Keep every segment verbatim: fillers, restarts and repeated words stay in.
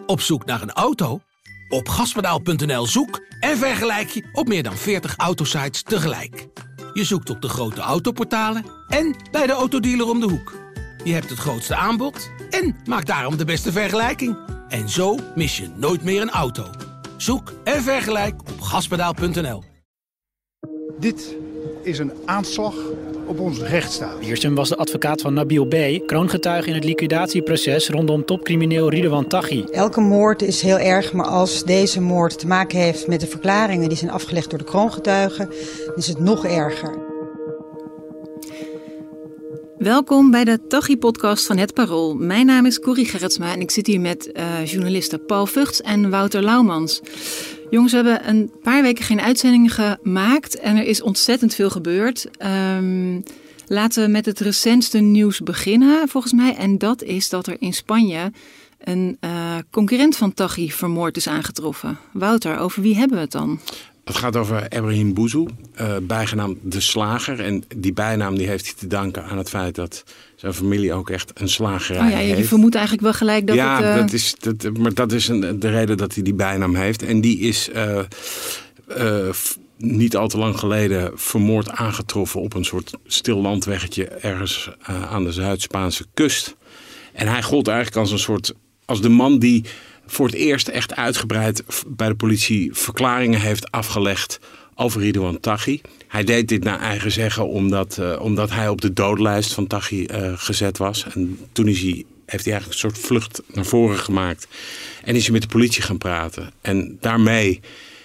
Op zoek naar een auto? Op gaspedaal punt n l zoek en vergelijk je op meer dan veertig autosites tegelijk. Je zoekt op de grote autoportalen en bij de autodealer om de hoek. Je hebt het grootste aanbod en maakt daarom de beste vergelijking. En zo mis je nooit meer een auto. Zoek en vergelijk op gaspedaal punt n l. Dit is een aanslag op onze rechtsstaat. Wiersum was de advocaat van Nabil B., kroongetuige in het liquidatieproces rondom topcrimineel Ridouan Taghi. Elke moord is heel erg, maar als deze moord te maken heeft met de verklaringen die zijn afgelegd door de kroongetuigen, dan is het nog erger. Welkom bij de Taghi-podcast van Het Parool. Mijn naam is Corrie Gerritsma en ik zit hier met uh, journalisten Paul Vugts en Wouter Laumans. Jongens, we hebben een paar weken geen uitzendingen gemaakt en er is ontzettend veel gebeurd. Um, laten we met het recentste nieuws beginnen, volgens mij. En dat is dat er in Spanje een uh, concurrent van Taghi vermoord is aangetroffen. Wouter, over wie hebben we het dan? Het gaat over Ebrahim Bouzouz, uh, bijgenaamd De Slager. En die bijnaam die heeft hij te danken aan het feit dat zijn familie ook echt een slagerij oh ja, heeft. Je vermoedt eigenlijk wel gelijk dat ja, het... Ja, uh... dat is, dat, maar dat is een, de reden dat hij die bijnaam heeft. En die is uh, uh, f- niet al te lang geleden vermoord aangetroffen op een soort stil landweggetje ergens uh, aan de Zuid-Spaanse kust. En hij gold eigenlijk als een soort, als de man die voor het eerst echt uitgebreid bij de politie verklaringen heeft afgelegd over Ridouan Taghi. Hij deed dit naar eigen zeggen omdat, uh, omdat hij op de dodenlijst van Taghi uh, gezet was. En toen is hij, heeft hij eigenlijk een soort vlucht naar voren gemaakt. En is hij met de politie gaan praten. En daarmee,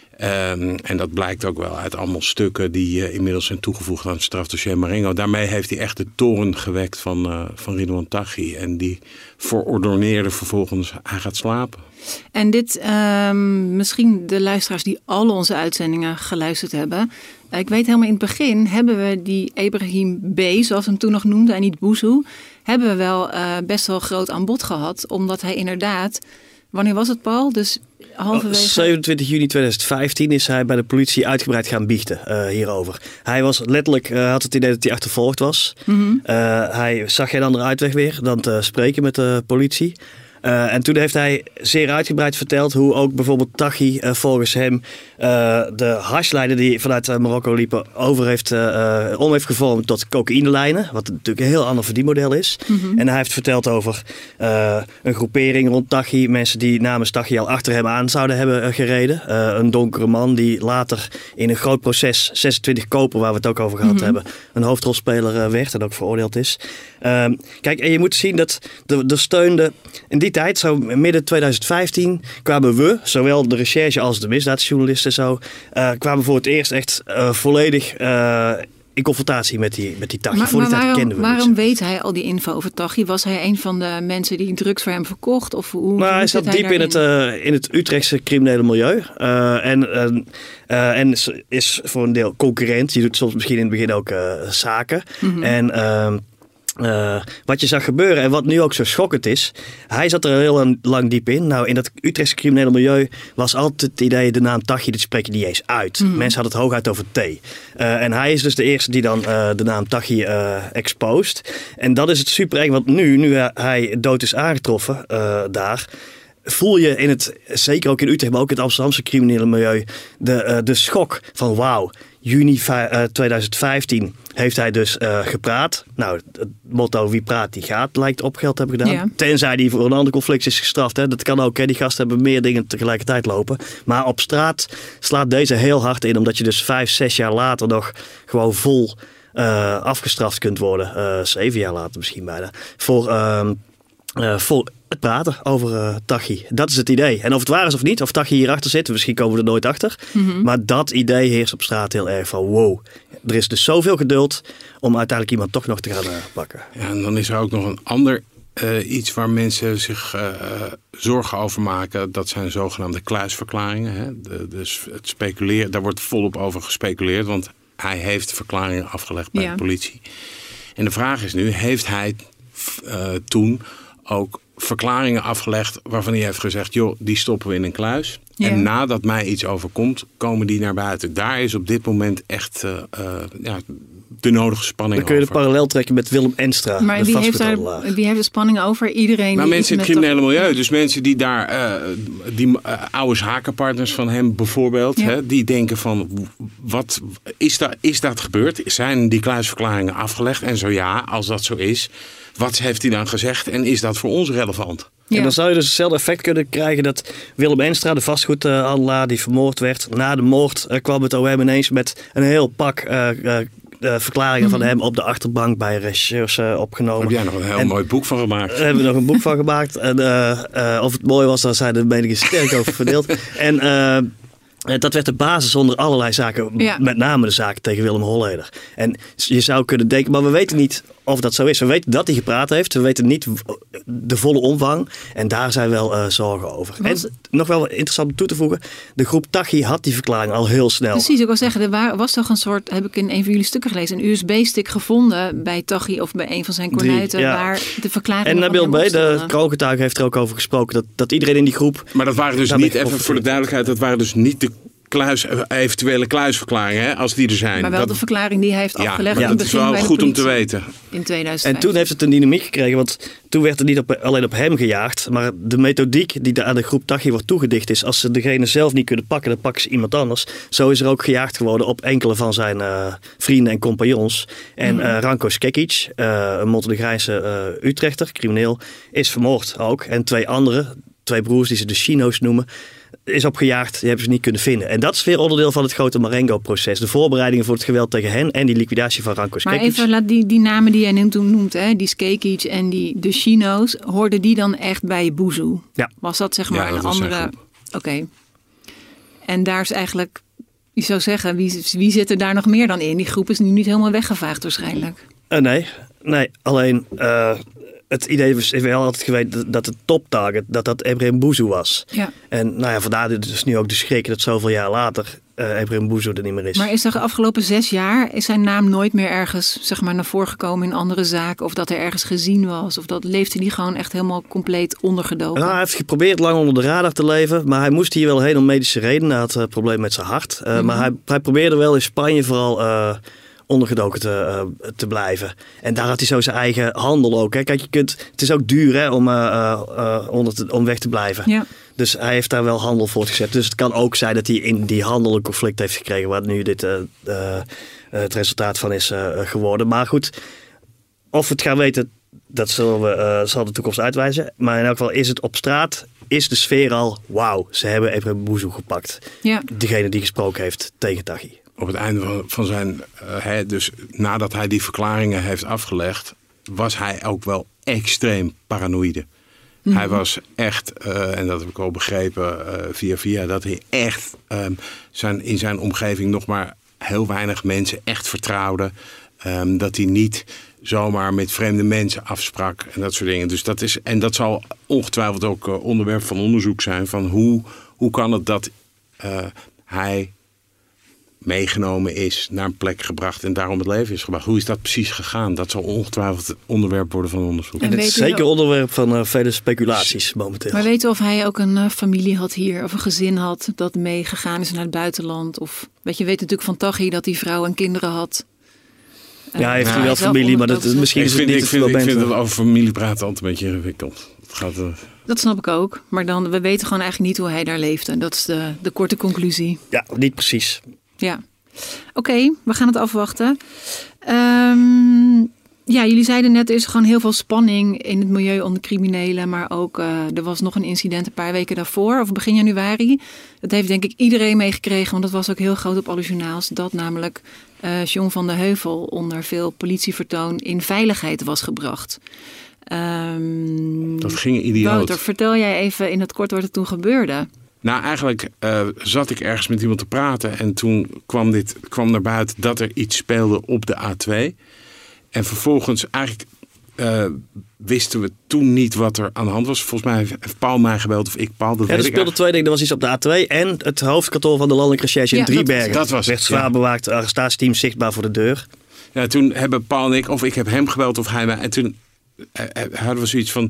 um, en dat blijkt ook wel uit allemaal stukken die uh, inmiddels zijn toegevoegd aan het strafdossier Marengo. Daarmee heeft hij echt de toorn gewekt van, uh, van Ridouan Taghi. En die verordonneerde vervolgens, hij gaat slapen. En dit, um, misschien de luisteraars die al onze uitzendingen geluisterd hebben. Ik weet helemaal in het begin hebben we die Ebrahim B., zoals we hem toen nog noemden, en niet Bouzouz, hebben we wel uh, best wel groot aan bod gehad. Omdat hij inderdaad, wanneer was het, Paul? Dus halverwege... zevenentwintig juni tweeduizend vijftien is hij bij de politie uitgebreid gaan biechten uh, hierover. Hij was letterlijk, uh, had het idee dat hij achtervolgd was. Mm-hmm. Uh, hij zag geen andere uitweg weer dan te spreken met de politie. Uh, en toen heeft hij zeer uitgebreid verteld hoe ook bijvoorbeeld Taghi uh, volgens hem uh, de hashlijnen die vanuit uh, Marokko liepen over heeft, uh, om heeft gevormd tot cocaïnelijnen. Wat natuurlijk een heel ander verdienmodel is. Mm-hmm. En hij heeft verteld over uh, een groepering rond Taghi. Mensen die namens Taghi al achter hem aan zouden hebben uh, gereden. Uh, een donkere man die later in een groot proces, zesentwintig koper waar we het ook over gehad mm-hmm. hebben, een hoofdrolspeler uh, werd en ook veroordeeld is. Uh, kijk, en je moet zien dat er, er steunde in die tijd, zo midden tweeduizend vijftien, kwamen we, zowel de recherche als de misdaadjournalisten zo, uh, kwamen voor het eerst echt uh, volledig uh, in confrontatie met die, met die Taghi. Maar, voor die maar tijd waarom, kenden we waarom weet hij al die info over Taghi? Was hij een van de mensen die drugs voor hem verkocht? Of hoe, nou, hoe hij zat diep in het, uh, in het Utrechtse criminele milieu. Uh, en, uh, uh, en is voor een deel concurrent. Je doet soms misschien in het begin ook uh, zaken. Mm-hmm. En Uh, Uh, wat je zag gebeuren en wat nu ook zo schokkend is. Hij zat er heel lang, lang diep in. Nou, in dat Utrechtse criminele milieu was altijd het idee, de naam Taghi, dit spreek je niet eens uit. Mm. Mensen hadden het hooguit over T. Uh, en hij is dus de eerste die dan uh, de naam Taghi uh, exposed. En dat is het super eng, want nu, nu hij dood is aangetroffen uh, daar, voel je in het, zeker ook in Utrecht, maar ook in het Amsterdamse criminele milieu, de, uh, de schok van wauw. Juni tweeduizend vijftien heeft hij dus uh, gepraat. Nou, het motto wie praat die gaat lijkt op geld te hebben gedaan. Ja. Tenzij die voor een ander conflict is gestraft. Hè. Dat kan ook. Hè. Die gasten hebben meer dingen tegelijkertijd lopen. Maar op straat slaat deze heel hard in. Omdat je dus vijf, zes jaar later nog gewoon vol uh, afgestraft kunt worden. Uh, zeven jaar later misschien bijna. Voor, uh, uh, voor het praten over uh, Taghi. Dat is het idee. En of het waar is of niet, of Taghi hierachter zit, misschien komen we er nooit achter. Mm-hmm. Maar dat idee heerst op straat heel erg van wow. Er is dus zoveel geduld om uiteindelijk iemand toch nog te gaan uh, pakken. Ja, en dan is er ook nog een ander uh, iets waar mensen zich uh, zorgen over maken. Dat zijn zogenaamde kluisverklaringen. Hè? De, dus het speculeren, daar wordt volop over gespeculeerd, want hij heeft verklaringen afgelegd bij ja. de politie. En de vraag is nu, heeft hij uh, toen ook verklaringen afgelegd waarvan hij heeft gezegd, joh, die stoppen we in een kluis. Ja. En nadat mij iets overkomt, komen die naar buiten. Daar is op dit moment echt uh, uh, ja, de nodige spanning Dan kun je over. de parallel trekken met Willem Enstra. Maar de wie heeft, daar, vastgoedhandelaar. wie heeft de spanning over? Iedereen Maar die mensen in iets het met criminele toch- milieu. Dus mensen die daar, uh, die uh, oude zakenpartners van hem bijvoorbeeld, Ja. hè, die denken van, wat is dat, is dat gebeurd? Zijn die kluisverklaringen afgelegd? En zo ja, als dat zo is, wat heeft hij dan gezegd? En is dat voor ons relevant? Ja. En dan zou je dus hetzelfde effect kunnen krijgen dat Willem Enstra, de vastgoedhandelaar die vermoord werd. Na de moord uh, kwam het O M ineens met een heel pak uh, uh, de verklaringen Mhm. van hem op de achterbank bij recherche uh, opgenomen. Heb jij nog een heel En- mooi boek van gemaakt? Daar hebben we nog een boek van gemaakt. En, uh, uh, of het mooi was, daar zijn de meningen sterk over verdeeld. En uh, dat werd de basis onder allerlei zaken. Ja. Met name de zaken tegen Willem Holleder. En je zou kunnen denken, maar we weten niet of dat zo is. We weten dat hij gepraat heeft. We weten niet de volle omvang. En daar zijn wel uh, zorgen over. Was- En nog wel interessant om toe te voegen. De groep Taghi had die verklaring al heel snel. Precies, ik wil zeggen, er wa- was toch een soort, heb ik in een van jullie stukken gelezen, een U S B-stick gevonden bij Taghi of bij een van zijn Drie, kornuiten, ja. waar de verklaring En van Nabil hem B., op de stonden. kroongetuige, heeft er ook over gesproken. Dat, dat iedereen in die groep... Maar dat waren dus Daar ben niet, ik even over voor de duidelijkheid, dat waren dus niet de kluis, eventuele kluisverklaringen, hè, als die er zijn. Maar wel dat, de verklaring die hij heeft ja, afgelegd maar in het dat is begin wel bij de goed om te politie weten. in tweeduizend En vijf. toen heeft het een dynamiek gekregen, want toen werd er niet op, alleen op hem gejaagd, maar de methodiek die aan de groep Taghi wordt toegedicht is, als ze degene zelf niet kunnen pakken, dan pakken ze iemand anders. Zo is er ook gejaagd geworden op enkele van zijn uh, vrienden en compagnons. En Mhm. uh, Ranko Skekic, uh, een Montenegrijnse uh, Utrechter, crimineel, is vermoord ook. En twee anderen, twee broers die ze de Chino's noemen, is opgejaagd, die hebben ze niet kunnen vinden. En dat is weer onderdeel van het grote Marengo-proces. De voorbereidingen voor het geweld tegen hen en die liquidatie van Ranko Maar Skekic. even, laat die, die namen die jij nu toen noemt, hè, die Skekic en die de Chino's, hoorden die dan echt bij Boezoe? Ja. Was dat zeg Ja, maar dat een was zijn andere... groep. Oké. En daar is eigenlijk, je zou zeggen, wie, wie zit er daar nog meer dan in? Die groep is nu niet helemaal weggevaagd waarschijnlijk. Uh, nee, nee, alleen uh, het idee is wel altijd geweest dat, dat de toptarget, dat dat Ebrahim Boezoe was. Ja. En nou ja, vandaar dus nu ook de schrik dat zoveel jaar later uh, Ebrahim Boezoe er niet meer is. Maar is er de afgelopen zes jaar, is zijn naam nooit meer ergens zeg maar, naar voren gekomen in andere zaken? Of dat hij ergens gezien was? Of dat leefde die gewoon echt helemaal compleet ondergedoken? Nou, hij heeft geprobeerd lang onder de radar te leven, maar hij moest hier wel heen om medische redenen. Hij had een probleem met zijn hart. Uh, Mhm. Maar hij, hij probeerde wel in Spanje vooral uh, ondergedoken te, uh, te blijven. En daar had hij zo zijn eigen handel ook. Hè. Kijk, je kunt, het is ook duur hè, om, uh, uh, onder te, om weg te blijven. Ja. Dus hij heeft daar wel handel voortgezet. Dus het kan ook zijn dat hij in die handel een conflict heeft gekregen, waar nu dit uh, uh, het resultaat van is uh, geworden. Maar goed, of we het gaan weten, dat zullen we, uh, zal de toekomst uitwijzen. Maar in elk geval is het op straat, is de sfeer al, wauw, ze hebben Ebrahim Boezoe gepakt. Ja. Degene die gesproken heeft tegen Taghi. Op het einde van, van zijn, uh, hè, dus nadat hij die verklaringen heeft afgelegd, was hij ook wel extreem paranoïde. Mm-hmm. Hij was echt, uh, en dat heb ik al begrepen uh, via via, dat hij echt um, zijn, in zijn omgeving nog maar heel weinig mensen echt vertrouwde. Um, dat hij niet zomaar met vreemde mensen afsprak en dat soort dingen. Dus dat is, en dat zal ongetwijfeld ook uh, onderwerp van onderzoek zijn van hoe, hoe kan het dat uh, hij meegenomen is, naar een plek gebracht en daarom het leven is gebracht. Hoe is dat precies gegaan? Dat zal ongetwijfeld onderwerp worden van onderzoek. En En dit is weet u zeker ook- onderwerp van uh, vele speculaties momenteel. Maar weten we of hij ook een uh, familie had hier of een gezin had dat meegegaan is naar het buitenland? Of weet je, weet natuurlijk van Taghi dat hij vrouw en kinderen had. Uh, Ja, hij heeft maar nu wel is wel familie, maar dat, ondergedoken. misschien Ik is het vind, niet ik het vind, ik moment. vind het over familie praten altijd een beetje ingewikkeld. Het gaat, uh, Dat snap ik ook. Maar dan, we weten gewoon eigenlijk niet hoe hij daar leefde. Dat is de, de korte conclusie. Ja, niet precies. Ja. Oké, okay, we gaan het afwachten. Um, ja, jullie zeiden net, er is gewoon heel veel spanning in het milieu onder criminelen. Maar ook, uh, er was nog een incident een paar weken daarvoor, of begin januari. Dat heeft denk ik iedereen meegekregen, want dat was ook heel groot op alle journaals. Dat namelijk uh, John van de Heuvel onder veel politievertoon in veiligheid was gebracht. Um, dat ging idioot. Wouter, vertel jij even in het kort wat er toen gebeurde. Nou, eigenlijk uh, zat ik ergens met iemand te praten en toen kwam, dit, kwam naar buiten dat er iets speelde op de A twee. En vervolgens eigenlijk uh, wisten we toen niet wat er aan de hand was. Volgens mij heeft Paul mij gebeld of ik Paul. Dat Ja, er weet ik speelden twee dingen. Er was iets op de A twee en het hoofdkantoor van de Landelijke Recherche Ja, in Driebergen. dat was het, werd zwaar ja. bewaakt, arrestatieteam zichtbaar voor de deur. Ja, toen hebben Paul en ik, of ik heb hem gebeld of hij mij. En toen uh, hadden we zoiets van,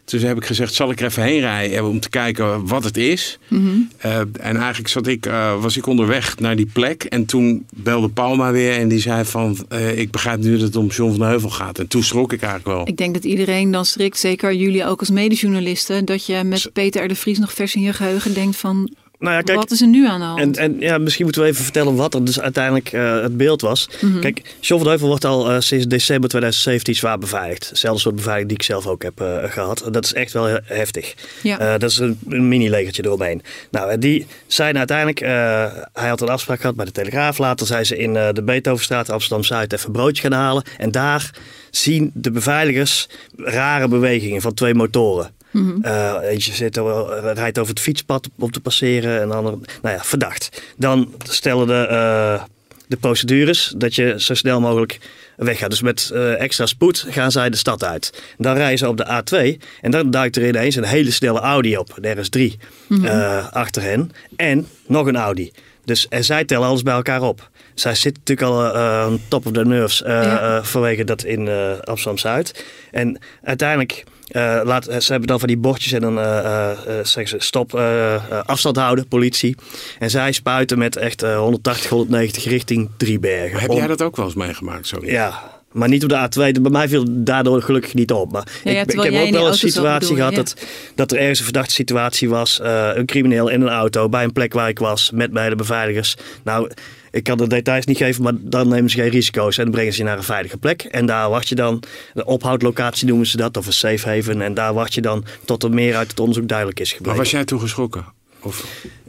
Dus heb ik gezegd, zal ik er even heen rijden om te kijken wat het is. Mm-hmm. Uh, en eigenlijk zat ik, uh, was ik onderweg naar die plek. En toen belde Paul maar weer en die zei van... Uh, ik begrijp nu dat het om John van Heuvel gaat. En toen schrok ik eigenlijk wel. Ik denk dat iedereen dan strikt, zeker jullie ook als medejournalisten... dat je met Z- Peter R. de Vries nog vers in je geheugen denkt van... Nou ja, kijk, wat is er nu aan de hand? En, en ja, misschien moeten we even vertellen wat er dus uiteindelijk uh, het beeld was. Mm-hmm. Kijk, John van Heuvel wordt al uh, sinds december twintig zeventien zwaar beveiligd. Hetzelfde soort beveiliging die ik zelf ook heb uh, gehad. Dat is echt wel he- heftig. Ja. Uh, dat is een, een mini-legertje eromheen. Nou, die zijn uiteindelijk... Uh, hij had een afspraak gehad bij de Telegraaf. Later zijn ze in uh, de Beethovenstraat Amsterdam-Zuid even een broodje gaan halen. En daar zien de beveiligers rare bewegingen van twee motoren. Mm-hmm. Uh, eentje zit er, rijdt over het fietspad om te passeren en de andere, nou ja, verdacht. Dan stellen de, uh, de procedures dat je zo snel mogelijk weggaat. Dus met uh, extra spoed gaan zij de stad uit. Dan rijden ze op de A twee en dan duikt er ineens een hele snelle Audi op, de R S drie, mm-hmm. uh, achter hen. En nog een Audi. Dus, en zij tellen alles bij elkaar op. Zij zitten natuurlijk al uh, on top of the nerves uh, ja. uh, vanwege dat in uh, Amsterdam-Zuid. En uiteindelijk... Uh, laat, ze hebben dan van die bordjes en dan uh, uh, zeggen ze stop, uh, uh, afstand houden, politie. En zij spuiten met echt uh, honderdtachtig, honderdnegentig richting Driebergen. Maar heb jij dat ook wel eens meegemaakt? Sorry. Ja, maar niet op de A twee. Bij mij viel daardoor gelukkig niet op. Maar ja, ja, ik, ik heb ook wel een situatie gehad ja. dat, dat er ergens een verdachte situatie was. Uh, een crimineel in een auto bij een plek waar ik was met beide beveiligers. Nou... Ik kan de details niet geven, maar dan nemen ze geen risico's en dan brengen ze je naar een veilige plek. En daar wacht je dan, de ophoudlocatie noemen ze dat, of een safe haven. En daar wacht je dan tot er meer uit het onderzoek duidelijk is gebleken. Maar was jij toen geschrokken? Of...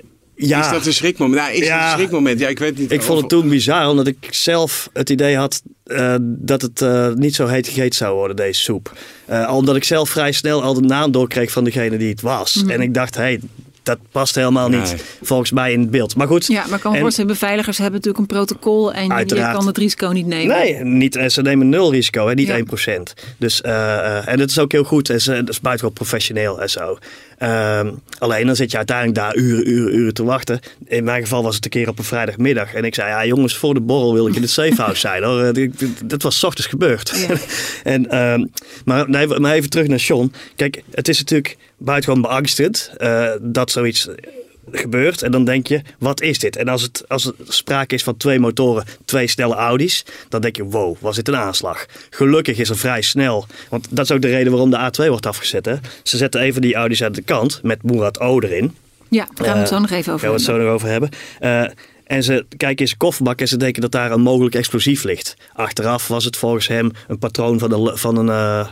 Ja. Is dat een schrikmoment? Nou, is ja. het een schrikmoment? Ja, ik weet niet. Ik of... vond het toen bizar, omdat ik zelf het idee had uh, dat het uh, niet zo heet gegeten zou worden, deze soep. Uh, omdat ik zelf vrij snel al de naam doorkreeg van degene die het was. Mm-hmm. En ik dacht, hé... Hey, dat past helemaal niet nee. volgens mij in het beeld. Maar goed. Ja, maar ik kan me voorstellen, beveiligers hebben natuurlijk een protocol en uiteraard. Je kan het risico niet nemen. Nee, niet, ze nemen nul risico, hè, niet ja. één procent. Dus, uh, uh, en dat is ook heel goed. En ze, dat is buitengewoon professioneel en zo. Uh, alleen dan zit je uiteindelijk daar uren, uren, uren te wachten. In mijn geval was het een keer op een vrijdagmiddag. En ik zei, ja jongens, voor de borrel wil ik in het safehouse zijn. Hoor. Dat was 's ochtends gebeurd. Ja. en, uh, maar, nee, maar even terug naar John. Kijk, het is natuurlijk buitengewoon beangstigend uh, dat zoiets gebeurt. En dan denk je, wat is dit? En als het, als het sprake is van twee motoren, twee snelle Audi's, dan denk je, wow, was dit een aanslag? Gelukkig is er vrij snel, want dat is ook de reden waarom de A twee wordt afgezet. Hè? Ze zetten even die Audi's aan de kant met Murat O erin. Ja, daar gaan we het zo nog even over hebben. Gaan we het zo nog over hebben. Uh, En ze kijken in zijn kofferbak en ze denken dat daar een mogelijk explosief ligt. Achteraf was het volgens hem een patroon van, de, van een uh,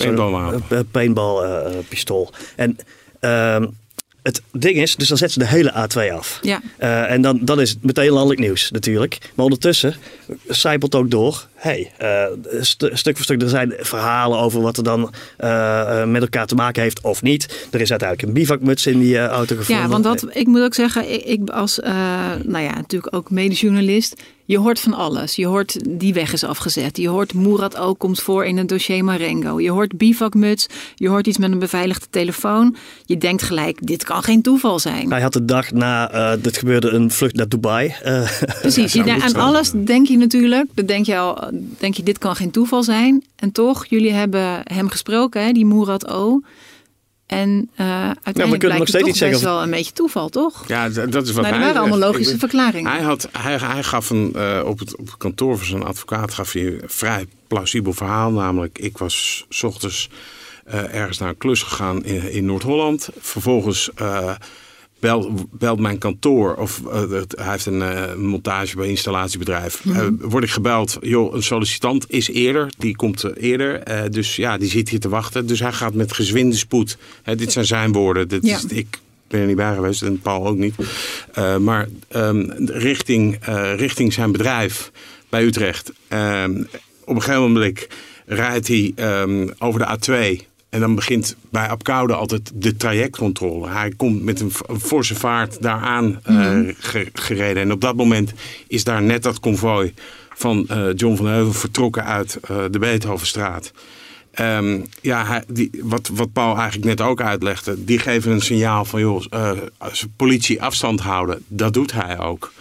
paintball-pistool. Uh, en uh, het ding is, dus dan zetten ze de hele A twee af. Ja. Uh, en dan, dan is het meteen landelijk nieuws natuurlijk. Maar ondertussen sijpelt ook door. Hey, uh, st- stuk voor stuk, er zijn verhalen over wat er dan uh, met elkaar te maken heeft of niet. Er is uiteindelijk een bivakmuts in die uh, auto gevonden. Ja, want dat, ik moet ook zeggen, ik, ik als, uh, nou ja, natuurlijk ook medejournalist. Je hoort van alles. Je hoort die weg is afgezet. Je hoort Murat O komt voor in het dossier Marengo. Je hoort bivakmuts. Je hoort iets met een beveiligde telefoon. Je denkt gelijk, dit kan geen toeval zijn. Hij had de dag na uh, dit gebeurde een vlucht naar Dubai. Uh, Precies. Je denkt, aan alles denk je natuurlijk. Dan denk je al, denk je, dit kan geen toeval zijn. En toch, jullie hebben hem gesproken, hè, die Murat O. En uh, uiteindelijk ja, blijkt het toch best zeggen. wel een beetje toeval, toch? Ja, dat is wat nou, hij er waren allemaal logische ik, verklaringen. Hij, had, hij, hij gaf een, uh, op, het, op het kantoor van zijn advocaat gaf hij een vrij plausibel verhaal. Namelijk, ik was 's ochtends uh, ergens naar een klus gegaan in, in Noord-Holland. Vervolgens uh, bel, belt mijn kantoor, of uh, het, hij heeft een uh, montage bij een installatiebedrijf. Mm-hmm. Uh, word ik gebeld, joh, een sollicitant is eerder, die komt uh, eerder. Uh, dus ja, die zit hier te wachten. Dus hij gaat met gezwinde spoed. Hè, dit zijn zijn woorden. Dit ja. is, ik ben er niet bij geweest en Paul ook niet. Uh, maar um, richting, uh, richting zijn bedrijf bij Utrecht. Um, op een gegeven moment rijdt hij um, over de A twee. En dan begint bij Apkoude altijd de trajectcontrole. Hij komt met een, een forse vaart daaraan uh, mm-hmm. ge, gereden. En op dat moment is daar net dat konvooi van uh, John van Heuvel vertrokken uit uh, de Beethovenstraat. Um, ja, hij, die, wat, wat Paul eigenlijk net ook uitlegde. Die geven een signaal van, joh, uh, als politie afstand houden. Dat doet hij ook.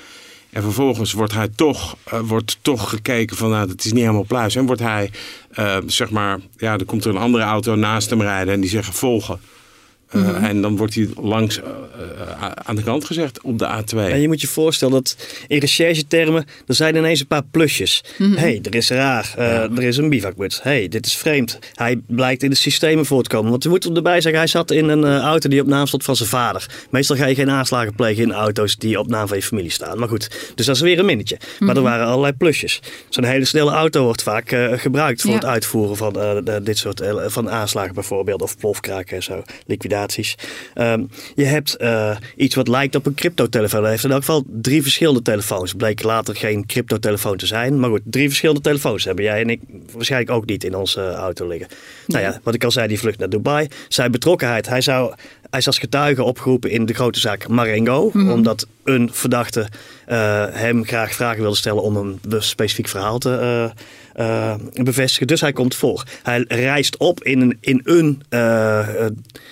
En vervolgens wordt hij toch, uh, wordt toch gekeken van, nou, dat is niet helemaal pluis. En wordt hij, uh, zeg maar, ja, er komt er een andere auto naast hem rijden en die zeggen volgen. Uh, mm-hmm. En dan wordt hij langs uh, uh, aan de kant gezegd op de A twee. En je moet je voorstellen dat in recherchetermen, er zijn ineens een paar plusjes. Mm-hmm. hey, er is raar. Uh, ja. Er is een bivakmuts. hey, dit is vreemd. Hij blijkt in de systemen voortkomen. Want we moeten erbij zeggen, hij zat in een uh, auto die op naam stond van zijn vader. Meestal ga je geen aanslagen plegen in auto's die op naam van je familie staan. Maar goed, dus dat is weer een minnetje. Mm-hmm. Maar er waren allerlei plusjes. Zo'n hele snelle auto wordt vaak uh, gebruikt voor ja. het uitvoeren van uh, de, dit soort uh, van aanslagen bijvoorbeeld. Of plofkraken en zo. Liquidatie. Um, je hebt uh, iets wat lijkt op een cryptotelefoon. Hij heeft in elk geval drie verschillende telefoons. Bleek later geen cryptotelefoon te zijn. Maar goed, drie verschillende telefoons hebben jij en ik waarschijnlijk ook niet in onze uh, auto liggen. Ja. Nou ja, wat ik al zei, die vlucht naar Dubai. Zijn betrokkenheid. Hij, zou, hij is als getuige opgeroepen in de grote zaak Marengo. Mm-hmm. Omdat een verdachte uh, hem graag vragen wilde stellen om een specifiek verhaal te uh, uh, bevestigen. Dus hij komt voor. Hij reist op in een, in een uh, uh,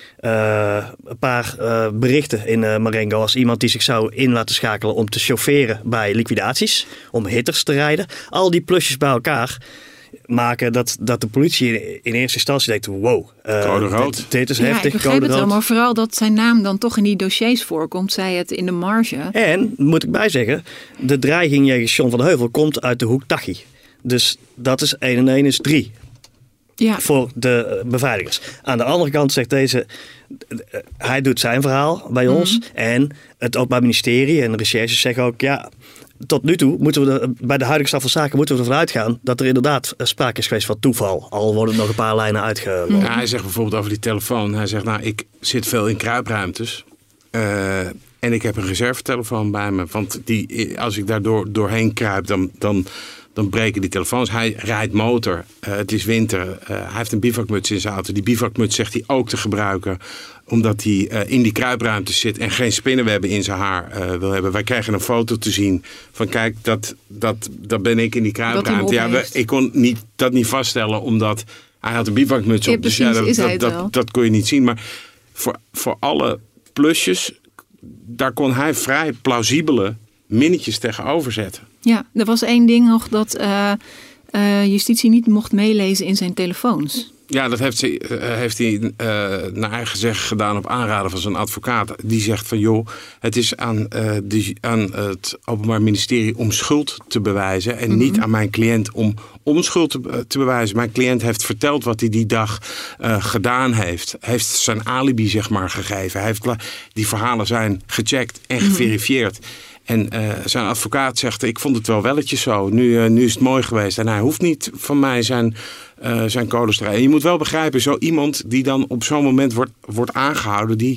Uh, een paar uh, berichten in uh, Marengo als iemand die zich zou in laten schakelen om te chaufferen bij liquidaties, om hitters te rijden. Al die plusjes bij elkaar maken dat, dat de politie in eerste instantie denkt, wow, uh, code rood. Dit, dit is ja, heftig. Ik begrijp het wel, maar vooral dat zijn naam dan toch in die dossiers voorkomt, zei het in de marge. En, moet ik bijzeggen, de dreiging jegens John van de Heuvel komt uit de hoek Tachi. Dus dat is één en één is drie. Ja. Voor de beveiligers. Aan de andere kant zegt deze, hij doet zijn verhaal bij ons. Mm-hmm. En het Openbaar Ministerie en de recherches zeggen ook, ja, tot nu toe moeten we er, bij de huidige stand van zaken moeten we ervan uitgaan dat er inderdaad sprake is geweest van toeval. Al worden er nog een paar lijnen uitgelopen. Ja, hij zegt bijvoorbeeld over die telefoon. Hij zegt, nou, ik zit veel in kruipruimtes. Uh, en ik heb een reservetelefoon bij me. Want die, als ik daar door, doorheen kruip, dan... dan Dan breken die telefoons. Hij rijdt motor. Uh, het is winter. Uh, hij heeft een bivakmuts in zijn auto. Die bivakmuts zegt hij ook te gebruiken. Omdat hij uh, in die kruipruimte zit. En geen spinnenwebben in zijn haar uh, wil hebben. Wij krijgen een foto te zien. Van kijk, dat, dat, dat ben ik in die kruipruimte. Ja, we, ik kon niet, dat niet vaststellen. Omdat hij had een bivakmuts op. Ja, dus precies, ja, dat, dat, dat, dat kon je niet zien. Maar voor, voor alle plusjes. Daar kon hij vrij plausibele minnetjes tegenover zetten. Ja, er was één ding nog dat uh, uh, justitie niet mocht meelezen in zijn telefoons. Ja, dat heeft, ze, uh, heeft hij uh, naar eigen zeggen gedaan op aanraden van zijn advocaat. Die zegt van joh, het is aan, uh, de, aan het Openbaar Ministerie om schuld te bewijzen. En mm-hmm. niet aan mijn cliënt om onschuld te, te bewijzen. Mijn cliënt heeft verteld wat hij die dag uh, gedaan heeft. Heeft zijn alibi zeg maar gegeven. Hij heeft, die verhalen zijn gecheckt en geverifieerd. Mm-hmm. En uh, zijn advocaat zegt, ik vond het wel welletjes zo. Nu, uh, nu is het mooi geweest. En hij hoeft niet van mij zijn, uh, zijn codes te rijden. En je moet wel begrijpen, zo iemand die dan op zo'n moment wordt, wordt aangehouden... die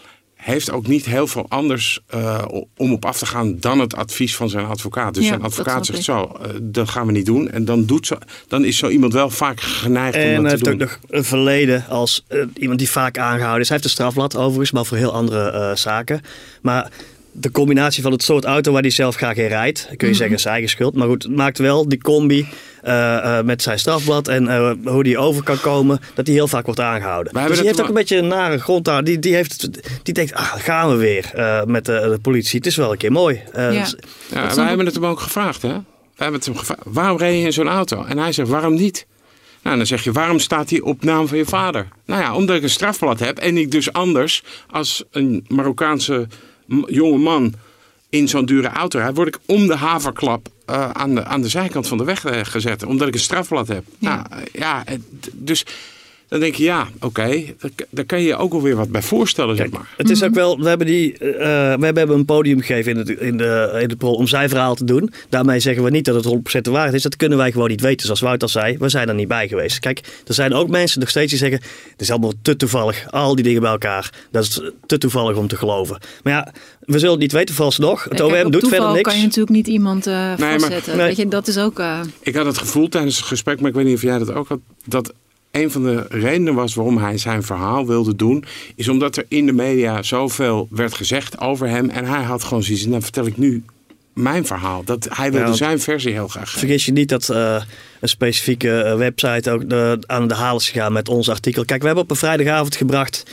heeft ook niet heel veel anders uh, om op af te gaan dan het advies van zijn advocaat. Dus ja, zijn advocaat zegt ik. zo, uh, dat gaan we niet doen. En dan, doet zo, dan is zo iemand wel vaak geneigd en om dat te doen. En hij heeft ook nog een verleden als uh, iemand die vaak aangehouden is. Hij heeft een strafblad overigens, maar voor heel andere uh, zaken. Maar... de combinatie van het soort auto waar hij zelf graag in rijdt, kun je mm-hmm. zeggen, is zijn eigen schuld. Maar goed, het maakt wel die combi uh, uh, met zijn strafblad en uh, hoe die over kan komen, dat hij heel vaak wordt aangehouden. Maar dus die heeft ook een beetje een nare grond daar. Die, die, heeft, die denkt, ah, gaan we weer uh, met de, de politie. Het is wel een keer mooi. Uh, ja. Ja, wij hebben het hem ook gevraagd, hè? Wij hebben het hem gevraagd, waarom reed je in zo'n auto? En hij zegt, waarom niet? Nou, dan zeg je, waarom staat hij op naam van je vader? Nou ja, omdat ik een strafblad heb en ik dus anders als een Marokkaanse jonge man in zo'n dure auto rijd, word ik om de haverklap uh, aan, de, aan de zijkant van de weg uh, gezet. Omdat ik een strafblad heb. Ja. Nou, ja, dus dan denk je, ja, oké, okay, daar kan je je ook alweer wat bij voorstellen, Kijk, zeg maar. Het is ook wel, we hebben, die, uh, we hebben een podium gegeven in, het, in, de, in de Parool om zijn verhaal te doen. Daarmee zeggen we niet dat het honderd procent de waarheid is. Dat kunnen wij gewoon niet weten. Zoals Wout al zei, we zijn er niet bij geweest. Kijk, er zijn ook mensen nog steeds die zeggen, het is allemaal te toevallig. Al die dingen bij elkaar. Dat is te toevallig om te geloven. Maar ja, we zullen het niet weten vooralsnog. Het O M doet verder niks. Kan je natuurlijk niet iemand uh, nee, vastzetten. Maar, nee. Weet je, dat is ook... Uh... Ik had het gevoel tijdens het gesprek, maar ik weet niet of jij dat ook had, dat een van de redenen was waarom hij zijn verhaal wilde doen, is omdat er in de media zoveel werd gezegd over hem. En hij had gewoon zoiets, dan vertel ik nu mijn verhaal. Dat hij wilde ja, zijn versie heel graag geven. Vergis je niet dat uh, een specifieke uh, website ook de, aan de haal is gegaan met ons artikel. Kijk, we hebben op een vrijdagavond gebracht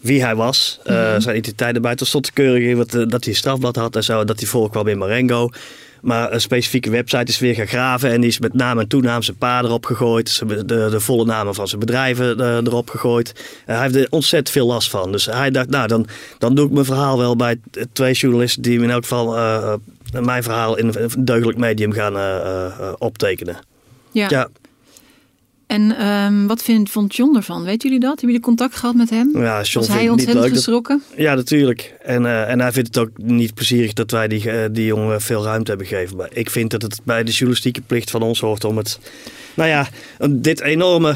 wie hij was. Uh, mm-hmm. Zijn identiteit erbij. Er stond keurig in wat, uh, dat hij een strafblad had en zo. Dat hij voorkwam in Marengo. Maar een specifieke website is weer gaan graven. En die is met naam en toenaam zijn pa erop gegooid. De, de, de volle namen van zijn bedrijven uh, erop gegooid. Uh, hij heeft er ontzettend veel last van. Dus hij dacht, nou dan, dan doe ik mijn verhaal wel bij twee journalisten die in elk geval uh, mijn verhaal in een deugdelijk medium gaan uh, uh, optekenen. Ja. ja. En um, wat vind, vond John ervan? Weet jullie dat? Hebben jullie contact gehad met hem? Ja, John Was hij ontzettend geschrokken? Dat, ja, natuurlijk. En, uh, en hij vindt het ook niet plezierig dat wij die, uh, die jongen veel ruimte hebben gegeven. Maar ik vind dat het bij de journalistieke plicht van ons hoort om het... Nou ja, dit enorme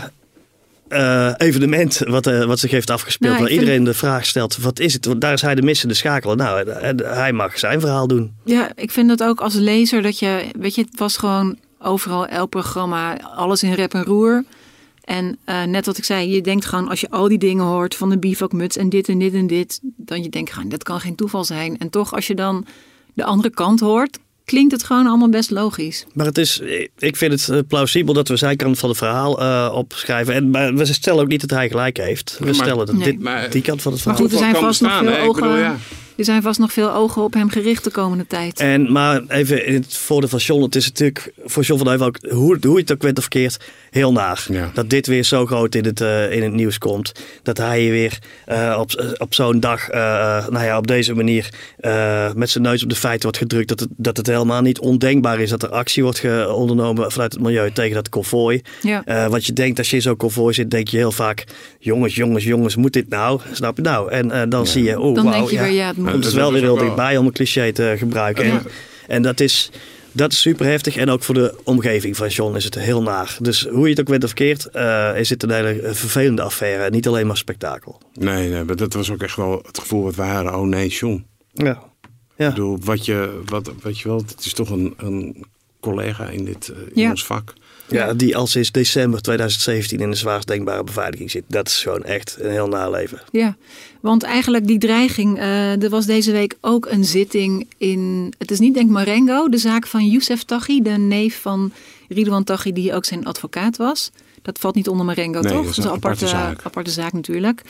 uh, evenement wat, uh, wat zich heeft afgespeeld... Nou, waar iedereen vind... de vraag stelt, wat is het? Want daar is hij de missende schakel. Nou, hij mag zijn verhaal doen. Ja, ik vind dat ook als lezer dat je... Weet je, het was gewoon... Overal, elk programma, alles in rep en roer. En uh, net wat ik zei, je denkt gewoon als je al die dingen hoort van de bivakmuts en dit en dit en dit, dan je denkt gewoon, dat kan geen toeval zijn. En toch, als je dan de andere kant hoort, klinkt het gewoon allemaal best logisch. Maar het is, ik vind het plausibel dat we zijn kant van het verhaal uh, opschrijven. En maar we stellen ook niet dat hij gelijk heeft. We ja, maar, stellen dat nee. dit, maar, die kant van het verhaal. Maar goed, er zijn vast nog veel ogen. Bedoel, ja. Er zijn vast nog veel ogen op hem gericht de komende tijd. En, maar even in het voordeel van John. Het is natuurlijk voor John van Heuvel ook, hoe, hoe je het ook went of verkeerd, heel naar. Ja. Dat dit weer zo groot in het, uh, in het nieuws komt. Dat hij weer uh, op, op zo'n dag, uh, nou ja, op deze manier uh, met zijn neus op de feiten wordt gedrukt. Dat het, dat het helemaal niet ondenkbaar is dat er actie wordt ge- ondernomen vanuit het milieu tegen dat konvooi. Ja. Uh, wat je denkt als je in zo'n konvooi zit, denk je heel vaak, jongens, jongens, jongens, moet dit nou? Snap je nou? En uh, dan ja. zie je, oh, dan wow, denk je ja. weer, ja, het moet. Komt het wel weer heel dichtbij om een cliché te gebruiken. Ja. En, en dat is, dat is super heftig. En ook voor de omgeving van John is het heel naar. Dus hoe je het ook bent of verkeerd, uh, is het een hele vervelende affaire. Niet alleen maar spektakel. Nee, nee, maar dat was ook echt wel het gevoel wat we hadden. Oh nee, John. Ja. ja. Ik bedoel, wat je, wat, weet je wel, het is toch een, een collega in, dit, uh, in ja. ons vak. Ja, die al sinds december tweeduizend zeventien in de zwaarst denkbare beveiliging zit. Dat is gewoon echt een heel naleven. Ja, want eigenlijk die dreiging, uh, er was deze week ook een zitting in, het is niet denk Marengo, de zaak van Youssef Taghi, de neef van Ridouan Taghi die ook zijn advocaat was. Dat valt niet onder Marengo, nee, toch? Dat is een, een aparte, aparte, zaak. aparte zaak natuurlijk.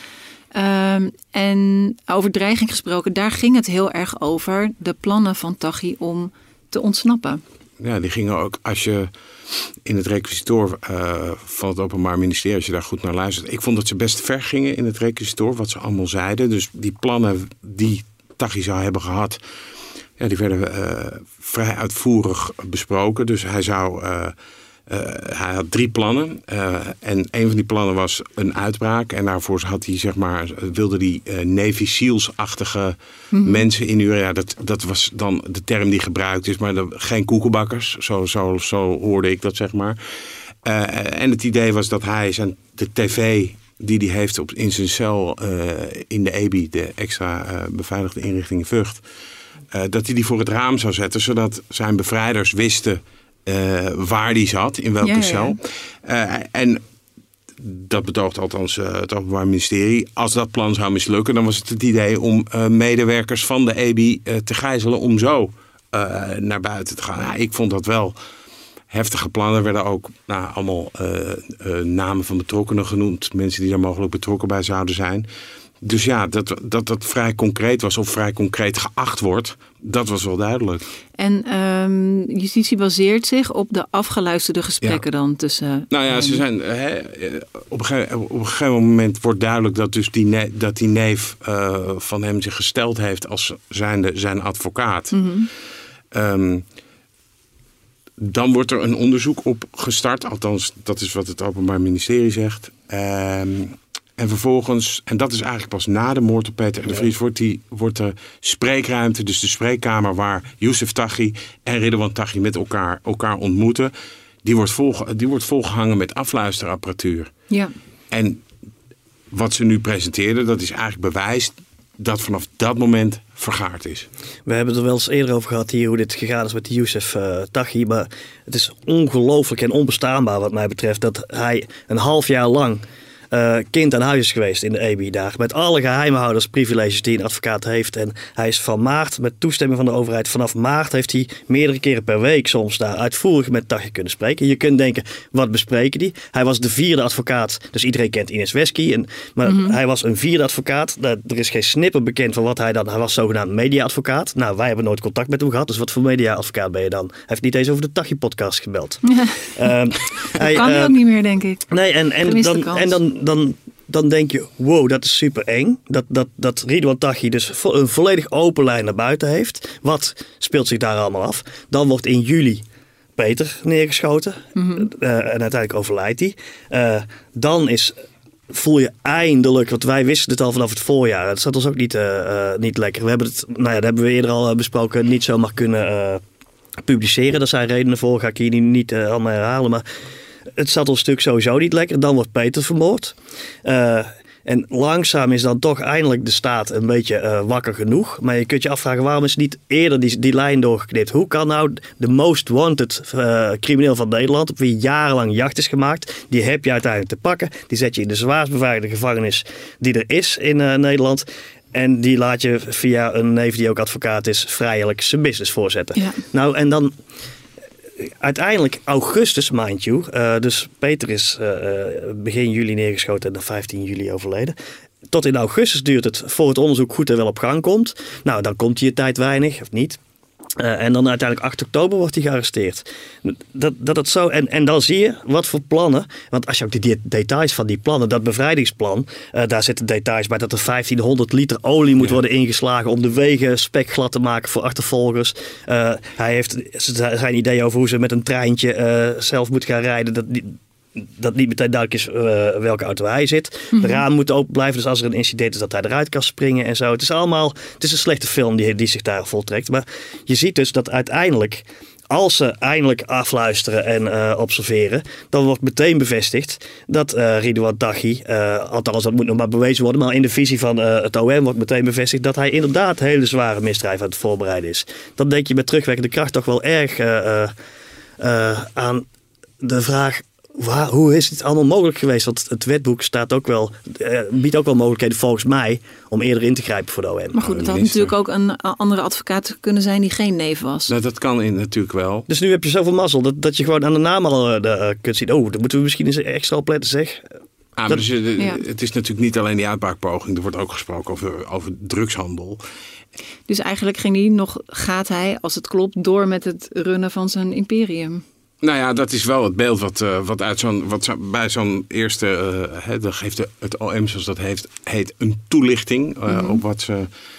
Um, en over dreiging gesproken, daar ging het heel erg over, de plannen van Taghi om te ontsnappen. Ja, die gingen ook, als je in het requisitoor uh, van het Openbaar Ministerie, als je daar goed naar luistert. Ik vond dat ze best ver gingen in het requisitoor, wat ze allemaal zeiden. Dus die plannen die Taghi zou hebben gehad, ja, die werden uh, vrij uitvoerig besproken. Dus hij zou... Uh, Uh, hij had drie plannen uh, en een van die plannen was een uitbraak. En daarvoor had hij, zeg maar, wilde hij uh, Navy Seals-achtige mm-hmm. mensen inhuren. Ja, dat, dat was dan de term die gebruikt is, maar de, geen koekenbakkers. Zo, zo, zo hoorde ik dat, zeg maar. Uh, en het idee was dat hij zijn, de tv die hij heeft op, in zijn cel uh, in de E B I, de extra uh, beveiligde inrichting in Vught, uh, dat hij die voor het raam zou zetten, zodat zijn bevrijders wisten Uh, waar die zat, in welke ja, ja. cel. Uh, en dat betoogt althans uh, het Openbaar Ministerie. Als dat plan zou mislukken, dan was het het idee om uh, medewerkers van de E B I uh, te gijzelen om zo uh, naar buiten te gaan. Nou, ik vond dat wel heftige plannen. Er werden ook nou, allemaal uh, uh, namen van betrokkenen genoemd. Mensen die daar mogelijk betrokken bij zouden zijn. Dus ja, dat, dat dat vrij concreet was of vrij concreet geacht wordt, dat was wel duidelijk. En um, justitie baseert zich op de afgeluisterde gesprekken ja. dan tussen... Nou ja, ze zijn, hè, op, een gegeven, op een gegeven moment wordt duidelijk dat, dus die, ne, dat die neef uh, van hem zich gesteld heeft als zijnde zijn advocaat. Mm-hmm. Um, dan wordt er een onderzoek op gestart, althans dat is wat het Openbaar Ministerie zegt. Um, En vervolgens, en dat is eigenlijk pas na de moord op Peter R. de Vries, wordt, die, wordt de spreekruimte, dus de spreekkamer waar Youssef Taghi en Ridouan Taghi met elkaar, elkaar ontmoeten, die wordt, vol, die wordt volgehangen met afluisterapparatuur. Ja. En wat ze nu presenteerden, dat is eigenlijk bewijs dat vanaf dat moment vergaard is. We hebben het er wel eens eerder over gehad hier hoe dit gegaan is met die Youssef uh, Taghi. Maar het is ongelooflijk en onbestaanbaar wat mij betreft dat hij een half jaar lang uh, kind aan huis is geweest in de E B I-dagen. Met alle geheimhoudersprivileges die een advocaat heeft. En hij is van maart, met toestemming van de overheid, vanaf maart heeft hij meerdere keren per week soms daar uitvoerig met Taghi kunnen spreken. Je kunt denken, wat bespreken die? Hij was de vierde advocaat, dus iedereen kent Ines Wesky. En, maar mm-hmm. hij was een vierde advocaat. Er is geen snipper bekend van wat hij dan... Hij was zogenaamd media-advocaat. Nou, wij hebben nooit contact met hem gehad. Dus wat voor media-advocaat ben je dan? Hij heeft niet eens over de Taghi-podcast gebeld. Ja. Um, dat hij, kan hij uh, ook niet meer, denk ik. Nee, en, en, dan, en dan, dan, dan denk je, wow, dat is super eng. Dat, dat, dat Ridwan Taghi dus vo- een volledig open lijn naar buiten heeft. Wat speelt zich daar allemaal af? Dan wordt in juli Peter neergeschoten. Mm-hmm. Uh, en uiteindelijk overlijdt hij. Uh, dan is... voel je eindelijk, want wij wisten het al vanaf het voorjaar. Het zat ons ook niet, uh, uh, niet lekker. We hebben het, nou ja, dat hebben we eerder al besproken, niet zomaar kunnen uh, publiceren. Daar zijn redenen voor, ga ik hier niet uh, allemaal herhalen. Maar het zat ons stuk sowieso niet lekker. Dan wordt Peter vermoord. Uh, En langzaam is dan toch eindelijk de staat een beetje uh, wakker genoeg. Maar je kunt je afvragen, waarom is niet eerder die, die lijn doorgeknipt? Hoe kan nou de most wanted uh, crimineel van Nederland, op wie jarenlang jacht is gemaakt, die heb je uiteindelijk te pakken. Die zet je in de zwaarst beveiligde gevangenis die er is in uh, Nederland. En die laat je via een neef die ook advocaat is, vrijelijk zijn business voorzetten. Ja. Nou, en dan... Uiteindelijk augustus, mind you. Uh, dus Peter is uh, begin juli neergeschoten en dan vijftien juli overleden. Tot in augustus duurt het voor het onderzoek goed en wel op gang komt. Nou, dan komt hij een tijd weinig, of niet. Uh, en dan uiteindelijk acht oktober wordt hij gearresteerd. Dat, dat het zo, en, en dan zie je wat voor plannen. Want als je ook de, de details van die plannen, dat bevrijdingsplan. Uh, daar zitten details bij dat er vijftienhonderd liter olie moet ja. worden ingeslagen om de wegen spekglad te maken voor achtervolgers. Uh, hij heeft zijn idee over hoe ze met een treintje uh, zelf moet gaan rijden. Dat, dat niet meteen duidelijk is uh, welke auto hij zit. Mm-hmm. De raam moet open blijven, dus als er een incident is dat hij eruit kan springen en zo. Het is allemaal, het is een slechte film die, die zich daar voltrekt. Maar je ziet dus dat uiteindelijk, als ze eindelijk afluisteren en uh, observeren, dan wordt meteen bevestigd dat uh, Ridwan Taghi, uh, althans dat moet nog maar bewezen worden, maar in de visie van uh, het O M wordt meteen bevestigd dat hij inderdaad hele zware misdrijven aan het voorbereiden is. Dan denk je met terugwerkende kracht toch wel erg uh, uh, uh, aan de vraag, Waar, hoe is het allemaal mogelijk geweest? Want het wetboek staat ook wel, uh, biedt ook wel mogelijkheden volgens mij om eerder in te grijpen voor de O M. Maar goed, het had natuurlijk ook een andere advocaat kunnen zijn die geen neef was. Nou, dat kan in, natuurlijk wel. Dus nu heb je zoveel mazzel dat, dat je gewoon aan de naam al uh, de, uh, kunt zien. Oh, daar moeten we misschien eens extra op letten, zeg. Ah, dat, dus, uh, ja. Het is natuurlijk niet alleen die uitbraakpoging. Er wordt ook gesproken over, over drugshandel. Dus eigenlijk ging hij nog, gaat hij, als het klopt, door met het runnen van zijn imperium. Nou ja, dat is wel het beeld wat, uh, wat, uit zo'n, wat zo, bij zo'n eerste... Uh, he, dan geeft het O M, zoals dat heeft, heet een toelichting uh, mm-hmm. op wat ze...